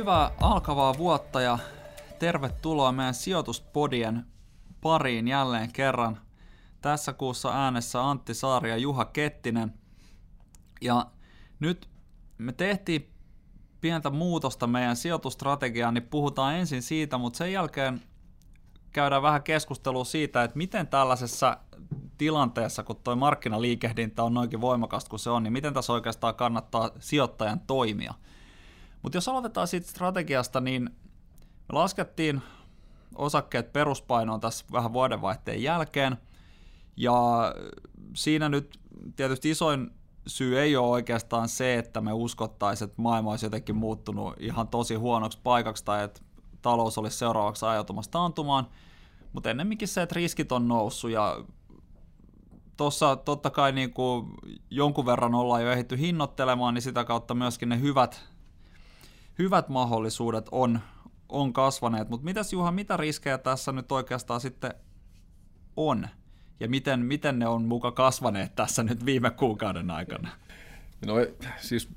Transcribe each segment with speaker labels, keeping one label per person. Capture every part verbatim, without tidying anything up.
Speaker 1: Hyvää alkavaa vuotta ja tervetuloa meidän sijoituspodien pariin jälleen kerran. Tässä kuussa äänessä Antti Saari ja Juha Kettinen. Ja nyt me tehtiin pientä muutosta meidän sijoitustrategiaan, niin puhutaan ensin siitä, mutta sen jälkeen käydään vähän keskustelua siitä, että miten tällaisessa tilanteessa, kun tuo markkinaliikehdintä on noinkin voimakasta kuin se on, niin miten tässä oikeastaan kannattaa sijoittajan toimia. Mutta jos aloitetaan siitä strategiasta, niin me laskettiin osakkeet peruspainoon tässä vähän vuodenvaihteen jälkeen, ja siinä nyt tietysti isoin syy ei ole oikeastaan se, että me uskottaisiin, että maailma olisi jotenkin muuttunut ihan tosi huonoksi paikaksi tai että talous olisi seuraavaksi ajautumassa taantumaan, mutta ennemminkin se, että riskit on noussut ja tuossa totta kai niin kuin jonkun verran ollaan jo ehditty hinnoittelemaan, niin sitä kautta myöskin ne hyvät, hyvät mahdollisuudet on, on kasvaneet. Mutta mitäs Juha, mitä riskejä tässä nyt oikeastaan sitten on? Ja miten, miten ne on muka kasvaneet tässä nyt viime kuukauden aikana?
Speaker 2: No siis,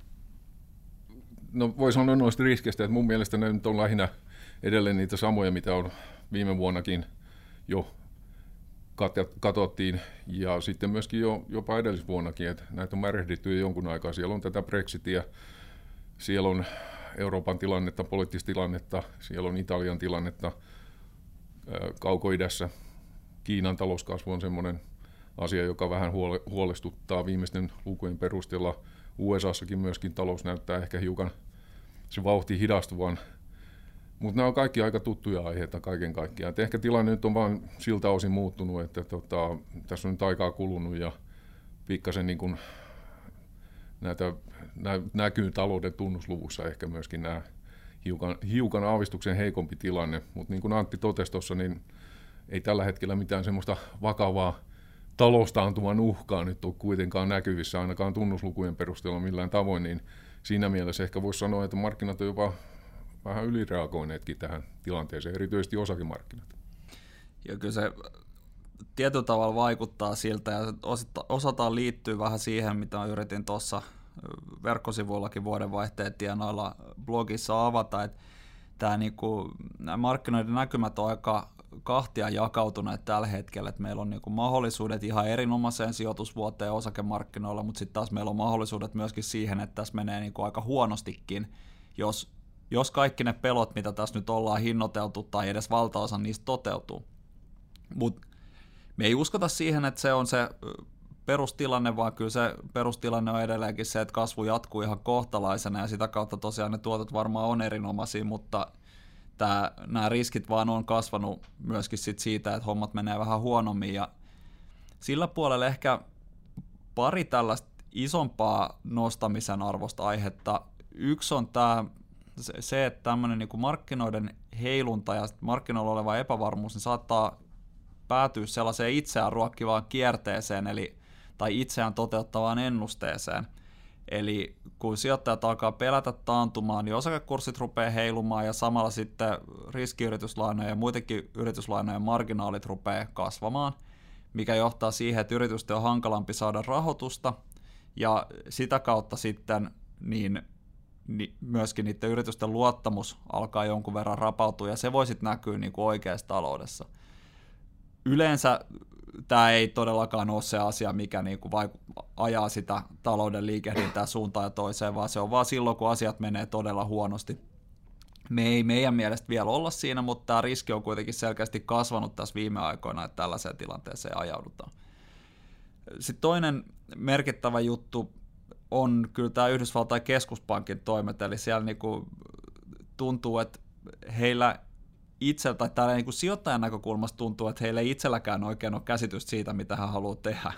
Speaker 2: no voi sanoa noista riskeistä, että mun mielestä ne nyt on lähinnä edelleen niitä samoja, mitä on viime vuonnakin jo katsottiin, ja sitten myöskin jo, jopa edellisvuonnakin, että näitä on märehditty jo jonkun aikaa. Siellä on tätä Brexitia, siellä on Euroopan tilannetta, poliittista tilannetta, siellä on Italian tilannetta, Kauko-idässä. Kiinan talouskasvu on semmoinen asia, joka vähän huolestuttaa viimeisten lukujen perusteella. U S A:ssakin myöskin talous näyttää ehkä hiukan se vauhti hidastuvan. Mutta nämä on kaikki aika tuttuja aiheita kaiken kaikkiaan. Et ehkä tilanne nyt on vain siltä osin muuttunut, että tota, tässä on nyt aikaa kulunut ja pikkasen niin kun näitä, nä, näkyy talouden tunnusluvussa ehkä myöskin nämä hiukan, hiukan aavistuksen heikompi tilanne. Mutta niin kuin Antti totesi tuossa, niin ei tällä hetkellä mitään semmoista vakavaa taloustaantuman uhkaa nyt ole kuitenkaan näkyvissä, ainakaan tunnuslukujen perusteella millään tavoin, niin siinä mielessä ehkä voisi sanoa, että markkinat on jopa vähän ylireagoineetkin tähän tilanteeseen, erityisesti osakemarkkinat.
Speaker 1: Ja kyllä se tietyllä tavalla vaikuttaa siltä, ja osataan liittyy vähän siihen, mitä yritin tuossa verkkosivuillakin vuodenvaihteen tienoilla blogissa avata, että tämä niinku, nämä markkinoiden näkymät on aika kahtia jakautuneet tällä hetkellä, että meillä on niinku mahdollisuudet ihan erinomaiseen sijoitusvuoteen osakemarkkinoilla, mutta sitten taas meillä on mahdollisuudet myöskin siihen, että tässä menee niinku aika huonostikin, jos, jos kaikki ne pelot, mitä tässä nyt ollaan hinnoiteltu tai edes valtaosa niistä toteutuu. Mutta me ei uskota siihen, että se on se perustilanne, vaan kyllä se perustilanne on edelleenkin se, että kasvu jatkuu ihan kohtalaisena ja sitä kautta tosiaan ne tuotot varmaan on erinomaisia, mutta Tää, nämä riskit vaan on kasvanut myöskin sit siitä, että hommat menee vähän huonommin, ja sillä puolella ehkä pari tällaista isompaa nostamisen arvosta aihetta. Yksi on tämä, se, että tämmöinen niin kuin markkinoiden heilunta ja markkinoilla oleva epävarmuus niin saattaa päätyä sellaiseen itseään ruokkivaan kierteeseen, eli, tai itseään toteuttavaan ennusteeseen. Eli kun sijoittajat alkaa pelätä taantumaan, niin osakekurssit rupeaa heilumaan ja samalla sitten riskiyrityslainojen ja muidenkin yrityslainojen marginaalit rupeaa kasvamaan, mikä johtaa siihen, että yritysten on hankalampi saada rahoitusta ja sitä kautta sitten niin, niin myöskin niiden yritysten luottamus alkaa jonkun verran rapautua ja se voi sitten näkyä niin kuin oikeassa taloudessa. Yleensä tämä ei todellakaan ole se asia, mikä niinku vaiku- ajaa sitä talouden liikehdintää suuntaan ja toiseen, vaan se on vaan silloin, kun asiat menee todella huonosti. Me ei meidän mielestä vielä olla siinä, mutta tämä riski on kuitenkin selkeästi kasvanut tässä viime aikoina, että tällaiseen tilanteeseen ajaudutaan. Sitten toinen merkittävä juttu on kyllä tämä Yhdysvaltain keskuspankin toimet, eli siellä niinku tuntuu, että heillä itse, tai täällä niin kuin sijoittajan näkökulmasta tuntuu, että heillä ei itselläkään oikein ole käsitystä siitä, mitä hän haluaa tehdä.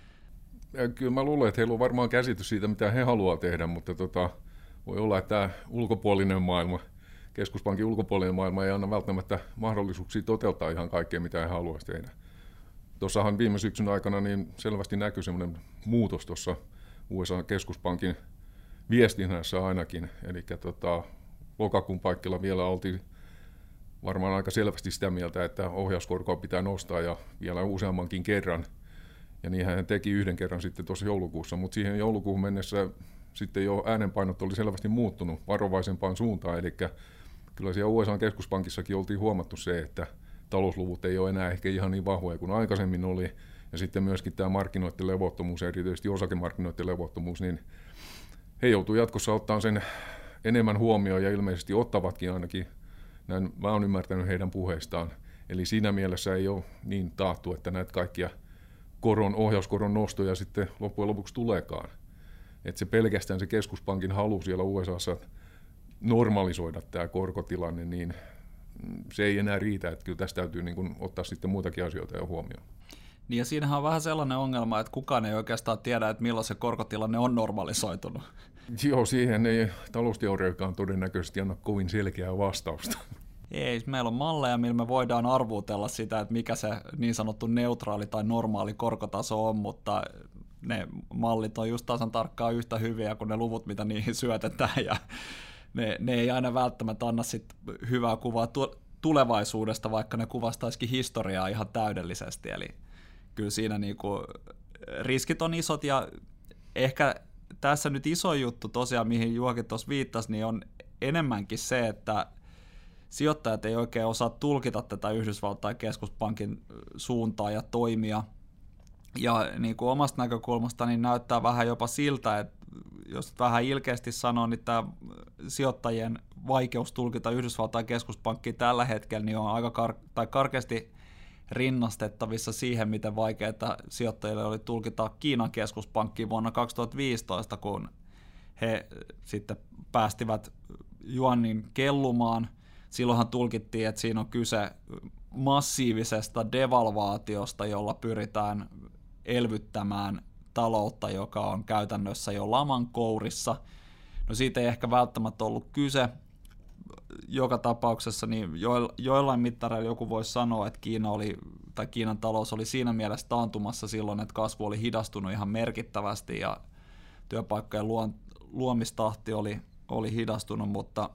Speaker 2: Ja kyllä mä luulen, että heillä on varmaan käsitys siitä, mitä he haluaa tehdä, mutta tota, voi olla, että tämä ulkopuolinen maailma, keskuspankin ulkopuolinen maailma ei anna välttämättä mahdollisuuksia toteuttaa ihan kaikkea, mitä he haluaisi tehdä. Tuossahan viime syksyn aikana niin selvästi näkyi semmoinen muutos tuossa U S A-keskuspankin viestinnässä ainakin, eli tota, lokakuun paikkeilla vielä oltiin varmaan aika selvästi sitä mieltä, että ohjauskorkoa pitää nostaa ja vielä useammankin kerran. Ja niin hän teki yhden kerran sitten tuossa joulukuussa, mutta siihen joulukuuhun mennessä sitten jo äänenpainot oli selvästi muuttunut varovaisempaan suuntaan, eli kyllä siellä U S A:n keskuspankissakin oltiin huomattu se, että talousluvut ei ole enää ehkä ihan niin vahvoja kuin aikaisemmin oli, ja sitten myöskin tämä markkinoiden levottomuus, erityisesti osakemarkkinoiden levottomuus, niin he joutuu jatkossa ottamaan sen enemmän huomioon, ja ilmeisesti ottavatkin ainakin, näin mä oon ymmärtänyt heidän puheistaan. Eli siinä mielessä ei ole niin taattu, että näitä kaikkia koron, ohjauskoron nostoja sitten loppujen lopuksi tuleekaan. Että se pelkästään se keskuspankin halu siellä U S A:ssa normalisoida tämä korkotilanne, niin se ei enää riitä, että kyllä tässä täytyy niin kuin ottaa sitten muitakin asioita jo huomioon.
Speaker 1: Niin ja siinähän on vähän sellainen ongelma, että kukaan ei oikeastaan tiedä, että milloin se korkotilanne on normalisoitunut.
Speaker 2: Joo, siihen ei talousteoriakaan todennäköisesti anna kovin selkeää vastausta.
Speaker 1: Ei, meillä on malleja, millä me voidaan arvuutella sitä, että mikä se niin sanottu neutraali tai normaali korkotaso on, mutta ne mallit on just tasan tarkkaan yhtä hyviä kuin ne luvut, mitä niihin syötetään, ja ne, ne ei aina välttämättä anna sit hyvää kuvaa tulevaisuudesta, vaikka ne kuvastaisikin historiaa ihan täydellisesti, eli kyllä siinä niinku riskit on isot, ja ehkä tässä nyt iso juttu tosiaan, mihin Juhakin tuossa viittasi, niin on enemmänkin se, että sijoittajat ei oikein osaa tulkita tätä Yhdysvaltain keskuspankin suuntaa ja toimia. Ja niin kuin omasta näkökulmasta niin näyttää vähän jopa siltä, että jos vähän ilkeästi sanoo, niin tämä sijoittajien vaikeus tulkita Yhdysvaltain keskuspankkia tällä hetkellä niin on aika kar- tai karkeasti rinnastettavissa siihen, miten vaikeaa sijoittajille oli tulkita Kiinan keskuspankkiin vuonna kaksituhattaviisitoista, kun he sitten päästivät juannin kellumaan. Silloinhan tulkittiin, että siinä on kyse massiivisesta devalvaatiosta, jolla pyritään elvyttämään taloutta, joka on käytännössä jo laman kourissa. No siitä ei ehkä välttämättä ollut kyse. Joka tapauksessa niin joillain mittareilla joku voisi sanoa, että Kiina oli, tai Kiinan talous oli siinä mielessä taantumassa silloin, että kasvu oli hidastunut ihan merkittävästi ja työpaikkojen luomistahti oli, oli hidastunut, mutta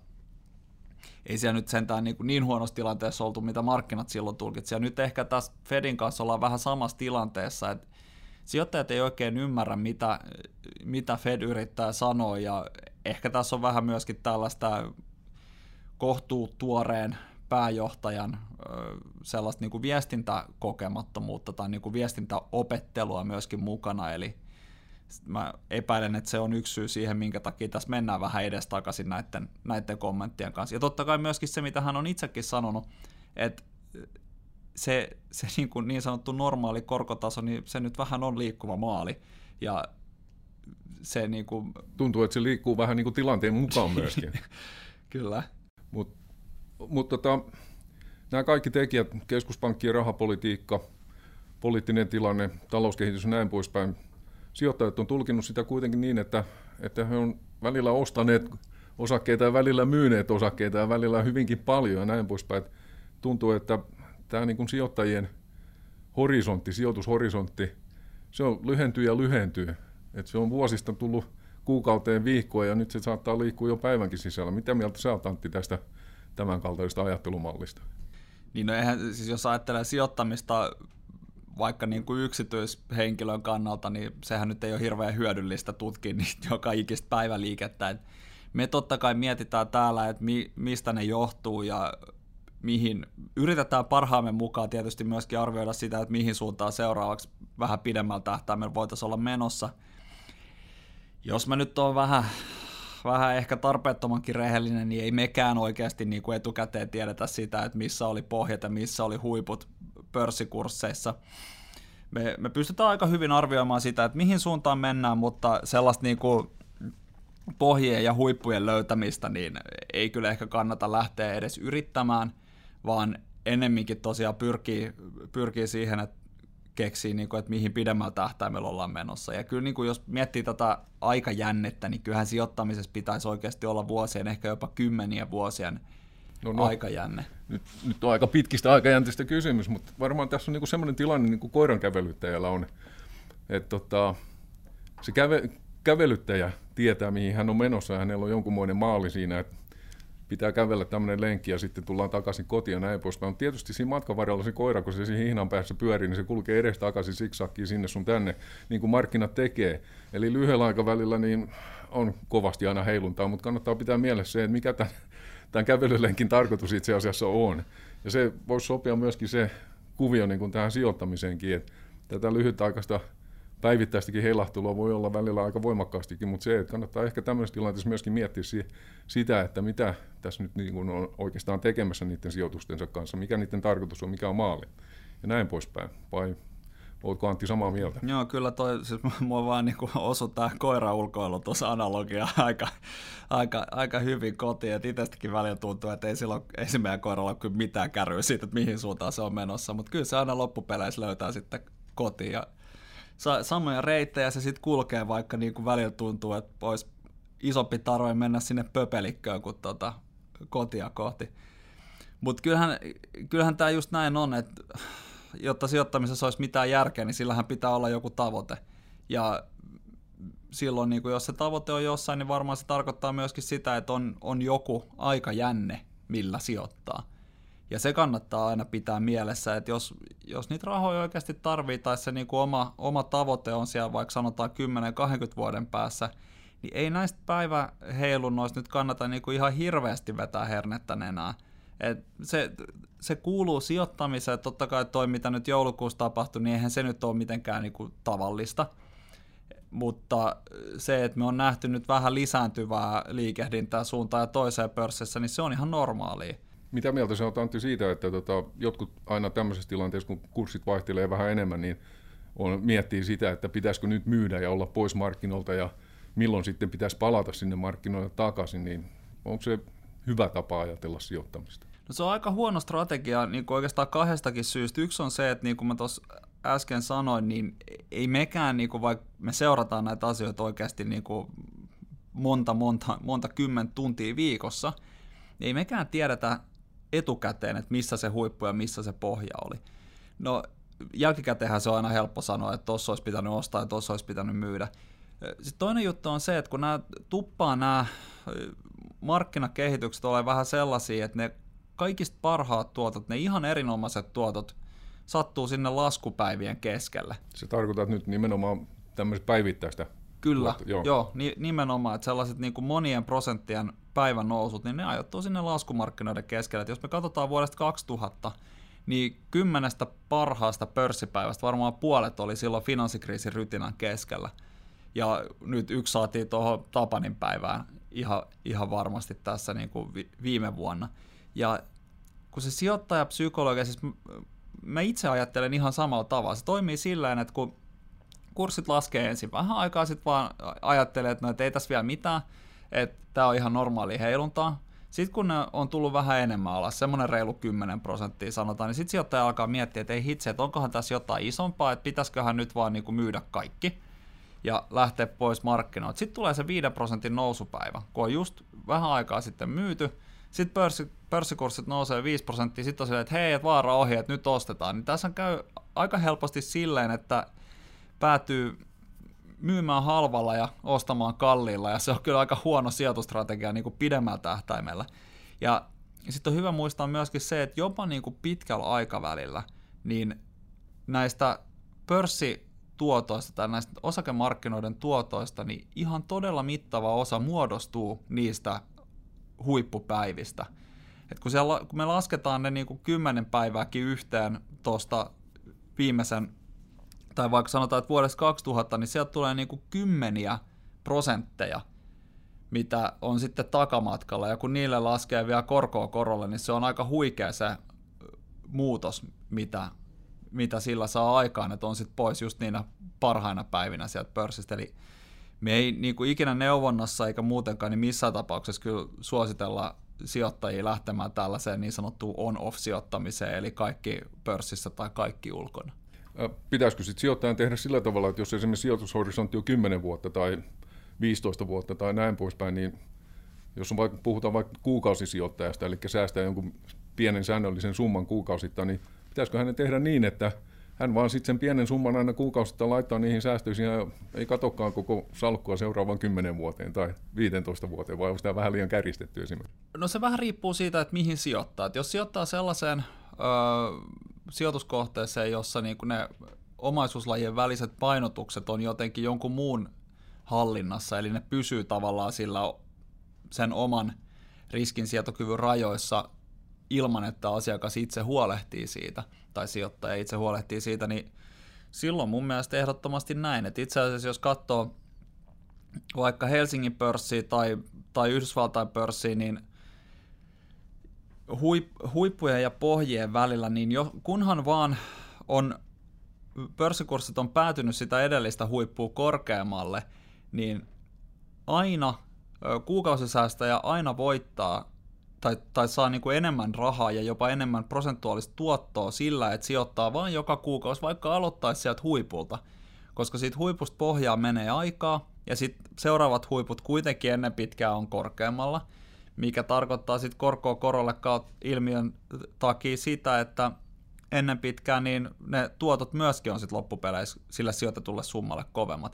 Speaker 1: ei siellä nyt sentään niin, niin huonossa tilanteessa oltu, mitä markkinat silloin tulkitsi. Ja nyt ehkä tässä Fedin kanssa ollaan vähän samassa tilanteessa, että sijoittajat ei oikein ymmärrä, mitä, mitä Fed yrittää sanoa, ja ehkä tässä on vähän myöskin tällaista kohtuutuoreen pääjohtajan sellaista niin kuin viestintäkokemattomuutta tai niin kuin viestintäopettelua myöskin mukana, eli mä epäilen, että se on yksi syy siihen, minkä takia tässä mennään vähän edestakaisin näiden, näiden kommenttien kanssa. Ja totta kai myöskin se, mitä hän on itsekin sanonut, että se, se niin, kuin niin sanottu normaali korkotaso, niin se nyt vähän on liikkuva maali. Ja se niin kuin
Speaker 2: tuntuu, että se liikkuu vähän niin kuin tilanteen mukaan myöskin.
Speaker 1: Kyllä.
Speaker 2: Mutta mut tota, nämä kaikki tekijät, keskuspankkien rahapolitiikka, poliittinen tilanne, talouskehitys ja näin poispäin, sijoittajat on tulkinnut sitä kuitenkin niin, että, että he on välillä ostaneet osakkeita ja välillä myyneet osakkeita ja välillä hyvinkin paljon ja näin poispäin. Tuntuu, että tämä niin kuin sijoittajien horisontti, sijoitushorisontti, se on lyhentyy ja lyhentyy. Että se on vuosista tullut kuukauteen viikkoa ja nyt se saattaa liikkua jo päivänkin sisällä. Mitä mieltä sä oot, Antti, tästä tämän kaltaisesta ajattelumallista?
Speaker 1: Niin no eihän, siis jos ajattelee sijoittamista vaikka niin kuin yksityishenkilön kannalta, niin sehän nyt ei ole hirveän hyödyllistä tutkia niitä joka ikistä päiväliikettä. Et me totta kai mietitään täällä, että mi, mistä ne johtuu ja mihin yritetään parhaamme mukaan tietysti myöskin arvioida sitä, että mihin suuntaan seuraavaksi vähän pidemmällä tähtäimellä voitaisiin olla menossa. Jos mä nyt oon vähän, vähän ehkä tarpeettomankin rehellinen, niin ei mekään oikeasti niin kuin etukäteen tiedetä sitä, että missä oli pohjat ja missä oli huiput pörssikursseissa. Me, me pystytään aika hyvin arvioimaan sitä, että mihin suuntaan mennään, mutta sellaista niin kuin pohjien ja huippujen löytämistä niin ei kyllä ehkä kannata lähteä edes yrittämään, vaan ennemminkin tosiaan pyrkii, pyrkii siihen, että keksii, niin kuin, että mihin pidemmällä tähtäimellä ollaan menossa. Ja kyllä niin kuin jos miettii tätä aikajännettä, niin kyllähän sijoittamisessa pitäisi oikeasti olla vuosien, ehkä jopa kymmenien vuosien no, no. aikajänne.
Speaker 2: Nyt, nyt on aika pitkistä aikajänteistä kysymys, mutta varmaan tässä on niin kuin semmoinen tilanne, niin kuin koiran kävelyttäjällä on, että tota, se käve, kävelyttäjä tietää, mihin hän on menossa, ja hänellä on jonkunmoinen maali siinä, että pitää kävellä tämmöinen lenkki ja sitten tullaan takaisin kotiin ja näin poispäin. Mutta tietysti siinä matkan varrella se koira, kun se siinä hihnan päässä pyörii, niin se kulkee edes takaisin siksakkiin sinne sun tänne, niin kuin markkinat tekee. Eli lyhyellä aikavälillä niin on kovasti aina heiluntaa, mutta kannattaa pitää mielessä se, että mikä tämän, tämän kävelylenkin tarkoitus itse asiassa on. Ja se voisi sopia myöskin se kuvio niin kuin tähän sijoittamiseenkin, että tätä lyhytaikaista päivittäistäkin heilahtelua voi olla välillä aika voimakkaastikin, mutta se, että kannattaa ehkä tämmöisessä tilanteessa myöskin miettiä sitä, että mitä tässä nyt niin kuin on oikeastaan tekemässä niiden sijoitustensa kanssa, mikä niiden tarkoitus on, mikä on maali ja näin poispäin. Vai oletko Antti samaa mieltä?
Speaker 1: Joo, kyllä toi, siis mua vaan niin kuin osui tämä koira-ulkoilu tuossa analogia aika, aika, aika hyvin kotiin, että itsestäkin välillä tuntuu, että ei silloin ei se meidän koiralla ole kyllä mitään kärryä siitä, että mihin suuntaan se on menossa, mutta kyllä se aina loppupeleissä löytää sitten kotiin ja samoja reittejä se sitten kulkee, vaikka niin kuin välillä tuntuu, että olisi isompi tarve mennä sinne pöpelikköön kuin tuota kotia kohti. Mutta kyllähän, kyllähän tämä just näin on, että jotta sijoittamisessa olisi mitään järkeä, niin sillähän pitää olla joku tavoite. Ja silloin, niin kuin jos se tavoite on jossain, niin varmaan se tarkoittaa myöskin sitä, että on, on joku aikajänne, millä sijoittaa. Ja se kannattaa aina pitää mielessä, että jos, jos niitä rahoja oikeasti tarvii tai se niin kuin oma, oma tavoite on siellä vaikka sanotaan kymmenen kaksikymmentä vuoden päässä, niin ei näistä päiväheilunnoista nyt kannata niin kuin ihan hirveästi vetää hernettä nenää. Et se, se kuuluu sijoittamiseen, totta kai toi mitä nyt joulukuussa tapahtui, niin eihän se nyt ole mitenkään niin kuin tavallista. Mutta se, että me on nähty nyt vähän lisääntyvää liikehdintää suuntaan ja toiseen pörssissä, niin se on ihan normaalia.
Speaker 2: Mitä mieltä sä oot, Antti, siitä, että tota, jotkut aina tämmöisessä tilanteessa, kun kurssit vaihtelee vähän enemmän, niin on, miettii sitä, että pitäisikö nyt myydä ja olla pois markkinoilta ja milloin sitten pitäisi palata sinne markkinoille takaisin, niin onko se hyvä tapa ajatella sijoittamista?
Speaker 1: No se on aika huono strategia niin kuin oikeastaan kahdestakin syystä. Yksi on se, että niin kuin mä tuossa äsken sanoin, niin ei mekään, niin kuin vaikka me seurataan näitä asioita oikeasti niin kuin monta, monta, monta kymmentä tuntia viikossa, niin ei mekään tiedetä etukäteen, että missä se huippu ja missä se pohja oli. No jälkikäteenhän se on aina helppo sanoa, että tuossa olisi pitänyt ostaa ja tuossa olisi pitänyt myydä. Sitten toinen juttu on se, että kun nämä tuppaa nämä markkinakehitykset ole vähän sellaisia, että ne kaikista parhaat tuotot, ne ihan erinomaiset tuotot sattuu sinne laskupäivien keskelle.
Speaker 2: Se tarkoittaa nyt nimenomaan tämmöistä päivittäistä.
Speaker 1: Kyllä,
Speaker 2: tuotto, joo.
Speaker 1: joo, nimenomaan, että sellaiset niin kuin monien prosenttien päivän nousut, niin ne ajoittuu sinne laskumarkkinoiden keskelle. Että jos me katsotaan vuodesta kaksituhatta, niin kymmenestä parhaasta pörssipäivästä varmaan puolet oli silloin finanssikriisin rytinän keskellä. Ja nyt yksi saatiin tuohon Tapanin päivään ihan, ihan varmasti tässä niin kuin viime vuonna. Ja kun se sijoittajapsykologia, siis mä itse ajattelen ihan samalla tavalla. Se toimii silleen, että kun kurssit laskee ensin vähän aikaa, sitten vaan ajattelee, että, no, että ei tässä vielä mitään, että tämä on ihan normaali heiluntaa. Sitten kun ne on tullut vähän enemmän alas, semmoinen reilu kymmenen prosenttia sanotaan, niin sitten sijoittaja alkaa miettiä, että ei hitse, että onkohan tässä jotain isompaa, että pitäisiköhän nyt vaan niin kuin myydä kaikki ja lähteä pois markkinoilta. Sitten tulee se viiden prosentin nousupäivä, kun on just vähän aikaa sitten myyty, sitten pörssi, pörssikurssit nousee viisi prosenttia, sitten on silleen, että hei, että vaara ohi, että nyt ostetaan. Niin tässä käy aika helposti silleen, että päätyy myymään halvalla ja ostamaan kalliilla, ja se on kyllä aika huono sijoitustrategia niin kuin pidemmällä tähtäimellä. Ja sitten on hyvä muistaa myöskin se, että jopa niin kuin pitkällä aikavälillä, niin näistä pörssituotoista tai näistä osakemarkkinoiden tuotoista, niin ihan todella mittava osa muodostuu niistä huippupäivistä. Et kun, siellä, kun me lasketaan ne niin kuin kymmenen päivääkin yhteen tuosta viimeisen, tai vaikka sanotaan, että vuodesta kaksituhatta, niin sieltä tulee niin kuin kymmeniä prosentteja, mitä on sitten takamatkalla, ja kun niille laskee vielä korkoa korolle, niin se on aika huikea se muutos, mitä, mitä sillä saa aikaan, että on sitten pois just niinä parhaina päivinä sieltä pörssistä. Eli me ei niin kuin ikinä neuvonnassa eikä muutenkaan niin missään tapauksessa kyllä suositella sijoittajia lähtemään tällaiseen niin sanottuun on-off-sijoittamiseen, eli kaikki pörssissä tai kaikki ulkona.
Speaker 2: Pitäisikö sitten sijoittajan tehdä sillä tavalla, että jos esimerkiksi sijoitushorisontti on kymmenen vuotta tai viisitoista vuotta tai näin poispäin, niin jos on vaikka, puhutaan vaikka kuukausisijoittajasta, eli säästää jonkun pienen säännöllisen summan kuukausittain, niin pitäisikö hänen tehdä niin, että hän vaan sitten sen pienen summan aina kuukausittain laittaa niihin säästöihin ja ei katsokaan koko salkkua seuraavan kymmenen vuoteen tai viisitoista vuoteen, vai onko sitä vähän liian kärjistetty esimerkiksi?
Speaker 1: No se vähän riippuu siitä, että mihin sijoittaa. Et jos sijoittaa sellaiseen öö, sijoituskohteeseen, jossa niinku ne omaisuuslajien väliset painotukset on jotenkin jonkun muun hallinnassa, eli ne pysyy tavallaan sillä sen oman riskinsietokyvyn rajoissa ilman, että asiakas itse huolehtii siitä, tai sijoittaja itse huolehtii siitä, niin silloin mun mielestä ehdottomasti näin, että itse asiassa jos katsoo vaikka Helsingin pörssiä tai, tai Yhdysvaltain pörssiä, niin huip, huippujen ja pohjien välillä, niin jo, kunhan vaan on pörssikurssit on päätynyt sitä edellistä huippua korkeammalle, niin aina kuukausisäästäjä aina voittaa tai, tai saa niin kuin enemmän rahaa ja jopa enemmän prosentuaalista tuottoa sillä, että sijoittaa vain joka kuukausi, vaikka aloittaisi sieltä huipulta, koska siitä huipusta pohjaa menee aikaa ja sitten seuraavat huiput kuitenkin ennen pitkään on korkeammalla, mikä tarkoittaa sitten korkoa korolle ilmiön takia sitä, että ennen pitkään niin ne tuotot myöskin on sitten loppupeleissä sille sijoitetulle summalle kovemmat.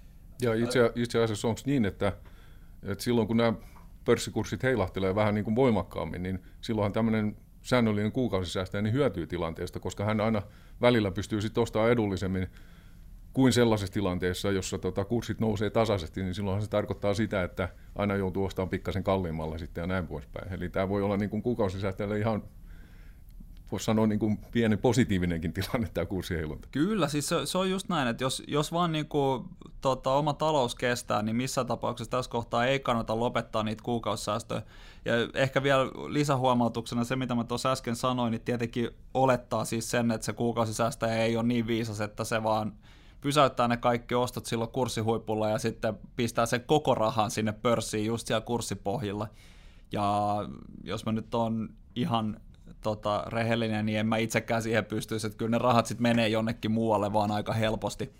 Speaker 2: Ja itse, itse asiassa onko niin, että, että silloin kun nämä pörssikurssit heilahtelee vähän niin kuin voimakkaammin, niin silloinhan tämmöinen säännöllinen kuukausisäästäjä niin hyötyy tilanteesta, koska hän aina välillä pystyy sitten ostamaan edullisemmin kuin sellaisessa tilanteessa, jossa tota, kurssit nousee tasaisesti, niin silloinhan se tarkoittaa sitä, että aina joutuu ostamaan pikkasen kalliimmalla sitten ja näin poispäin. Eli tämä voi olla niin kuin kuukausisäästäjälle ihan, voisi sanoa niin kuin pieni positiivinenkin tilanne tämä kurssiheilunta.
Speaker 1: Kyllä, siis se, se on just näin, että jos, jos vaan niin kuin, tota, oma talous kestää, niin missään tapauksessa tässä kohtaa ei kannata lopettaa niitä kuukausisäästöjä. Ja ehkä vielä lisähuomautuksena se, mitä mä tuossa äsken sanoin, niin tietenkin olettaa siis sen, että se kuukausisäästäjä ei ole niin viisas, että se vaan pysäyttää ne kaikki ostot silloin kurssihuipulla ja sitten pistää sen koko rahan sinne pörssiin just siellä kurssipohjilla. Ja jos mä nyt oon ihan tota, rehellinen, niin en mä itsekään siihen pystyisi, että kyllä ne rahat sitten menee jonnekin muualle vaan aika helposti.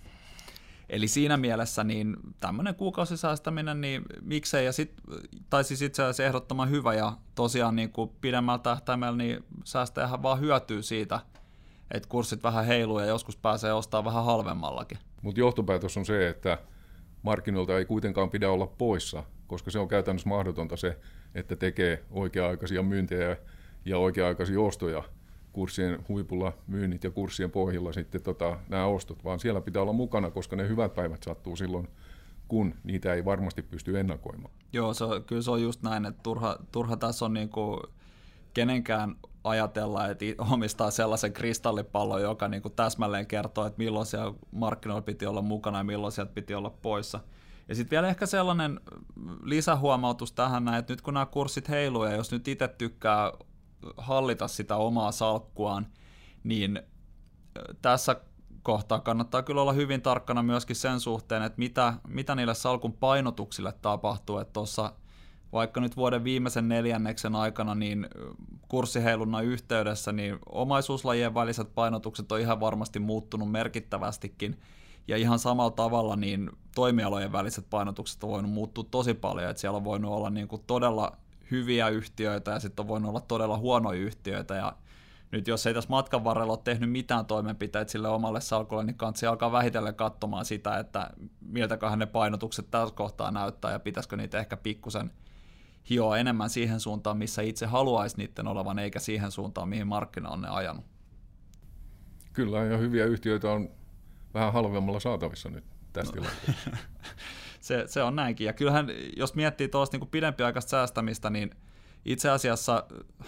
Speaker 1: Eli siinä mielessä niin tämmöinen kuukausisäästäminen, niin miksei, ja sit, tai siis itse asiassa ehdottoman hyvä, ja tosiaan niin kuin pidemmällä tähtäimellä niin säästäjähän vaan hyötyy siitä, että kurssit vähän heiluu ja joskus pääsee ostamaan vähän halvemmallakin.
Speaker 2: Mutta johtopäätös on se, että markkinoilta ei kuitenkaan pidä olla poissa, koska se on käytännössä mahdotonta se, että tekee oikea-aikaisia myyntejä ja oikea-aikaisia ostoja, kurssien huipulla myynnit ja kurssien pohjilla sitten tota, nämä ostot, vaan siellä pitää olla mukana, koska ne hyvät päivät sattuu silloin, kun niitä ei varmasti pysty ennakoimaan.
Speaker 1: Joo, se on, kyllä se on just näin, että turha, turha tässä on niinku kenenkään ajatella, että omistaa sellaisen kristallipallon, joka niinku täsmälleen kertoo, että milloin siellä markkinoilla piti olla mukana ja milloin sieltä piti olla poissa. Ja sitten vielä ehkä sellainen lisähuomautus tähän, että nyt kun nämä kurssit heiluu ja jos nyt itse tykkää hallita sitä omaa salkkuaan, niin tässä kohtaa kannattaa kyllä olla hyvin tarkkana myöskin sen suhteen, että mitä, mitä niille salkun painotuksille tapahtuu, että tuossa vaikka nyt vuoden viimeisen neljänneksen aikana niin kurssiheilunnan yhteydessä niin omaisuuslajien väliset painotukset on ihan varmasti muuttunut merkittävästikin, ja ihan samalla tavalla niin toimialojen väliset painotukset on voinut muuttua tosi paljon, että siellä on voinut olla niin kuin todella hyviä yhtiöitä ja sitten on voinut olla todella huonoja yhtiöitä, ja nyt jos ei tässä matkan varrella ole tehnyt mitään toimenpiteitä sille omalle salkulle, niin kannattaa alkaa vähitellen katsomaan sitä, että miltäköhän ne painotukset tässä kohtaa näyttää ja pitäisikö niitä ehkä pikkusen hioa enemmän siihen suuntaan, missä itse haluaisi niiden olevan, eikä siihen suuntaan, mihin markkina on ne ajanut.
Speaker 2: Kyllä, ja hyviä yhtiöitä on vähän halvemmalla saatavissa nyt tässä no. tilanteessa.
Speaker 1: se, se on näinkin, ja kyllähän jos miettii tuollaista niin pidempiaikaista säästämistä, niin itse asiassa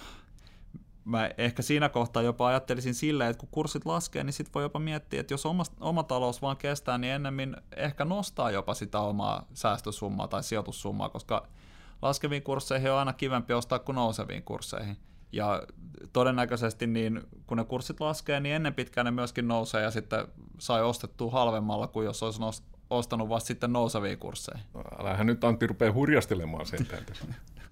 Speaker 1: mä ehkä siinä kohtaa jopa ajattelisin silleen, että kun kurssit laskee, niin sitten voi jopa miettiä, että jos oma, oma talous vaan kestää, niin ennemmin ehkä nostaa jopa sitä omaa säästösummaa tai sijoitussummaa, koska laskeviin kursseihin on aina kivempi ostaa kuin nouseviin kursseihin. Ja todennäköisesti niin, kun ne kurssit laskee, niin ennen pitkään ne myöskin nousee ja sitten sai ostettua halvemmalla kuin jos olisi ostanut vasta sitten nouseviin kursseihin.
Speaker 2: No, älähän nyt Antti rupea hurjastelemaan sentään tässä.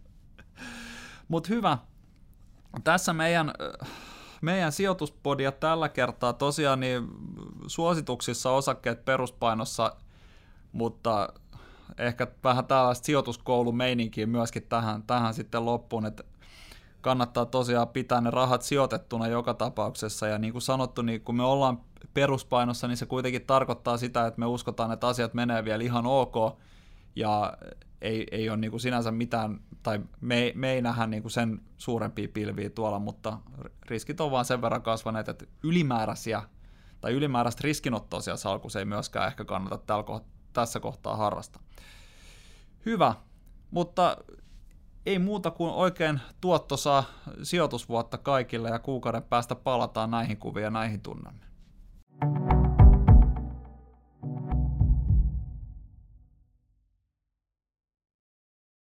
Speaker 1: Mutta hyvä. Tässä meidän, meidän sijoituspodia tällä kertaa tosiaan niin suosituksissa osakkeet peruspainossa, mutta ehkä vähän tällaista sijoituskoulumeininkiä myöskin tähän, tähän sitten loppuun, että kannattaa tosiaan pitää ne rahat sijoitettuna joka tapauksessa, ja niin kuin sanottu, niin kun me ollaan peruspainossa, niin se kuitenkin tarkoittaa sitä, että me uskotaan, että asiat menee vielä ihan ok, ja ei, ei ole niin kuin sinänsä mitään, tai me, me ei nähdä niin kuin sen suurempia pilviä tuolla, mutta riskit on vaan sen verran kasvaneet, että ylimääräisiä, tai ylimääräistä riskinottoa siellä salkussa ei myöskään ehkä kannata tällä, tässä kohtaa harrastaa. Hyvä, mutta ei muuta kuin oikein tuottosaa sijoitusvuotta kaikille, ja kuukauden päästä palataan näihin kuviin ja näihin tunnelmiin.